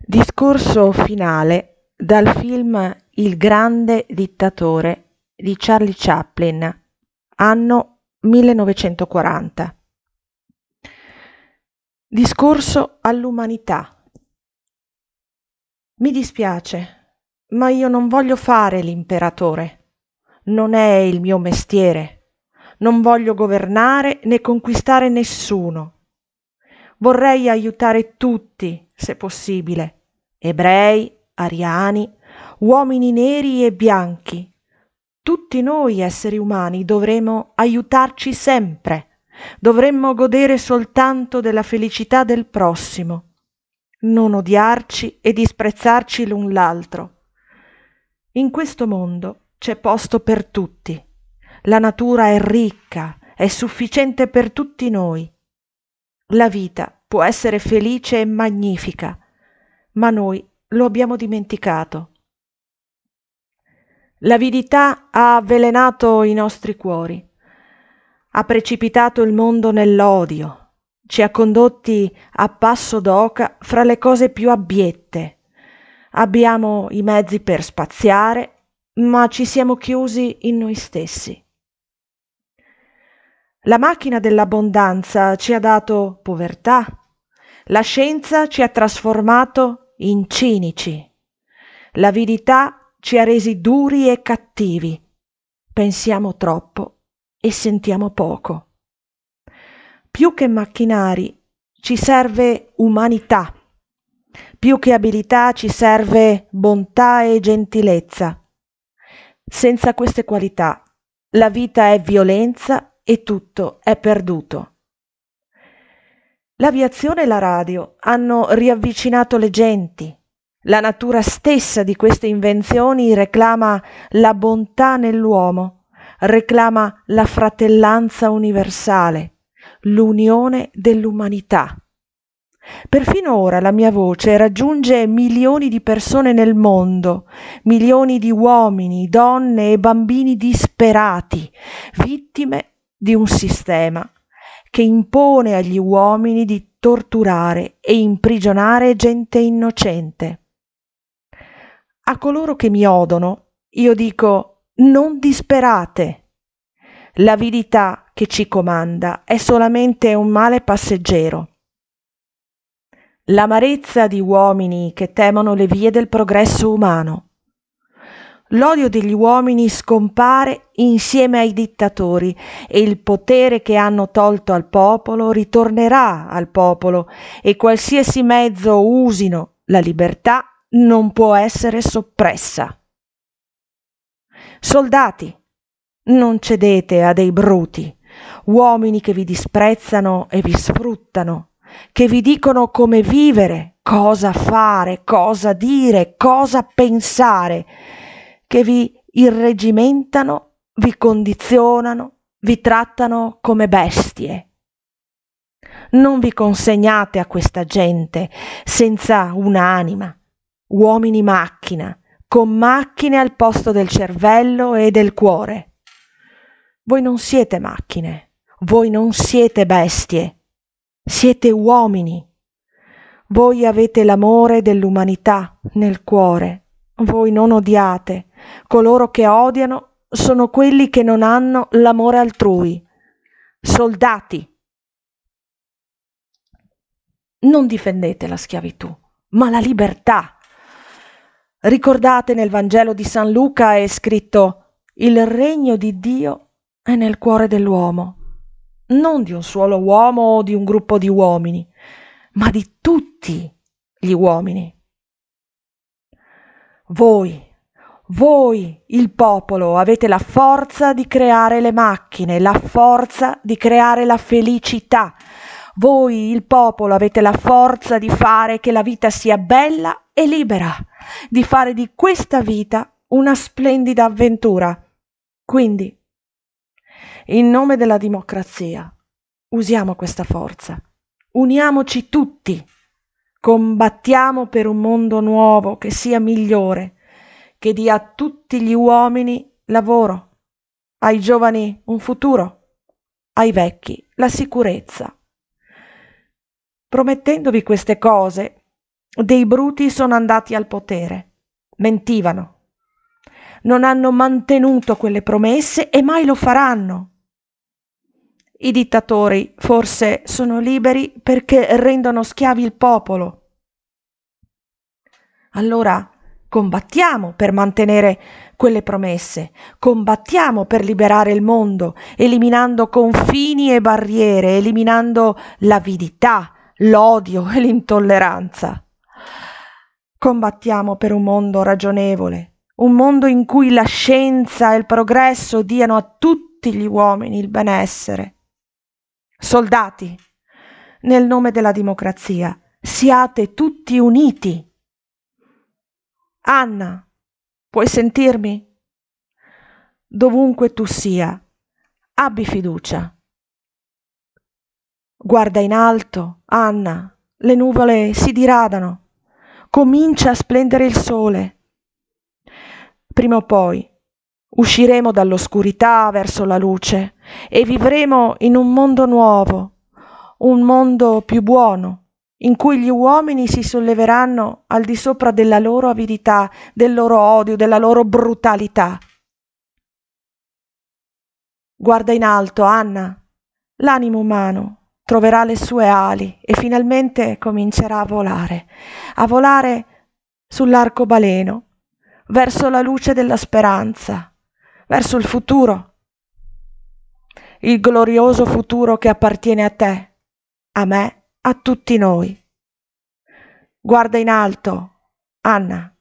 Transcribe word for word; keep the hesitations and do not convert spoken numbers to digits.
Discorso finale dal film Il grande dittatore di Charlie Chaplin, anno millenovecentoquaranta. Discorso all'umanità. Mi dispiace, ma io non voglio fare l'imperatore. Non è il mio mestiere. Non voglio governare né conquistare nessuno. Vorrei aiutare tutti, se possibile, ebrei, ariani, uomini neri e bianchi. Tutti noi esseri umani dovremo aiutarci sempre, dovremmo godere soltanto della felicità del prossimo, non odiarci e disprezzarci l'un l'altro. In questo mondo c'è posto per tutti, la natura è ricca, è sufficiente per tutti noi. La vita può essere felice e magnifica, ma noi lo abbiamo dimenticato. L'avidità ha avvelenato i nostri cuori, ha precipitato il mondo nell'odio, ci ha condotti a passo d'oca fra le cose più abbiette. Abbiamo i mezzi per spaziare, ma ci siamo chiusi in noi stessi. La macchina dell'abbondanza ci ha dato povertà, la scienza ci ha trasformato in cinici, l'avidità ci ha resi duri e cattivi, pensiamo troppo e sentiamo poco. Più che macchinari ci serve umanità, più che abilità ci serve bontà e gentilezza. Senza queste qualità la vita è violenza e tutto è perduto. L'aviazione e la radio hanno riavvicinato le genti. La natura stessa di queste invenzioni reclama la bontà nell'uomo, reclama la fratellanza universale, l'unione dell'umanità. Perfino ora la mia voce raggiunge milioni di persone nel mondo, milioni di uomini, donne e bambini disperati, vittime di un sistema che impone agli uomini di torturare e imprigionare gente innocente. A coloro che mi odono io dico: non disperate. L'avidità che ci comanda è solamente un male passeggero. L'amarezza di uomini che temono le vie del progresso umano. L'odio degli uomini scompare insieme ai dittatori e il potere che hanno tolto al popolo ritornerà al popolo e qualsiasi mezzo usino la libertà non può essere soppressa. Soldati, non cedete a dei bruti, uomini che vi disprezzano e vi sfruttano, che vi dicono come vivere, cosa fare, cosa dire, cosa pensare, che vi irregimentano, vi condizionano, vi trattano come bestie. Non vi consegnate a questa gente senza un'anima, uomini macchina, con macchine al posto del cervello e del cuore. Voi non siete macchine, voi non siete bestie, siete uomini. Voi avete l'amore dell'umanità nel cuore. Voi non odiate. Coloro che odiano sono quelli che non hanno l'amore altrui. Soldati, non difendete la schiavitù, ma la libertà. Ricordate, nel Vangelo di San Luca è scritto: il regno di Dio è nel cuore dell'uomo, non di un solo uomo o di un gruppo di uomini, ma di tutti gli uomini. Voi, voi, il popolo, avete la forza di creare le macchine, la forza di creare la felicità. Voi, il popolo, avete la forza di fare che la vita sia bella e libera, di fare di questa vita una splendida avventura. Quindi, in nome della democrazia, usiamo questa forza. Uniamoci tutti. Combattiamo per un mondo nuovo che sia migliore, che dia a tutti gli uomini lavoro, ai giovani un futuro, ai vecchi la sicurezza. Promettendovi queste cose, dei bruti sono andati al potere. Mentivano. Non hanno mantenuto quelle promesse e mai lo faranno. I dittatori forse sono liberi perché rendono schiavi il popolo. Allora combattiamo per mantenere quelle promesse, combattiamo per liberare il mondo, eliminando confini e barriere, eliminando l'avidità, l'odio e l'intolleranza. Combattiamo per un mondo ragionevole, un mondo in cui la scienza e il progresso diano a tutti gli uomini il benessere. Soldati, nel nome della democrazia, siate tutti uniti. Anna, puoi sentirmi? Dovunque tu sia, abbi fiducia. Guarda in alto, Anna, le nuvole si diradano. Comincia a splendere il sole. Prima o poi usciremo dall'oscurità verso la luce e vivremo in un mondo nuovo, un mondo più buono, in cui gli uomini si solleveranno al di sopra della loro avidità, del loro odio, della loro brutalità. Guarda in alto, Anna, l'animo umano troverà le sue ali e finalmente comincerà a volare, a volare sull'arcobaleno, verso la luce della speranza, verso il futuro, il glorioso futuro che appartiene a te, a me, a tutti noi. Guarda in alto, Anna.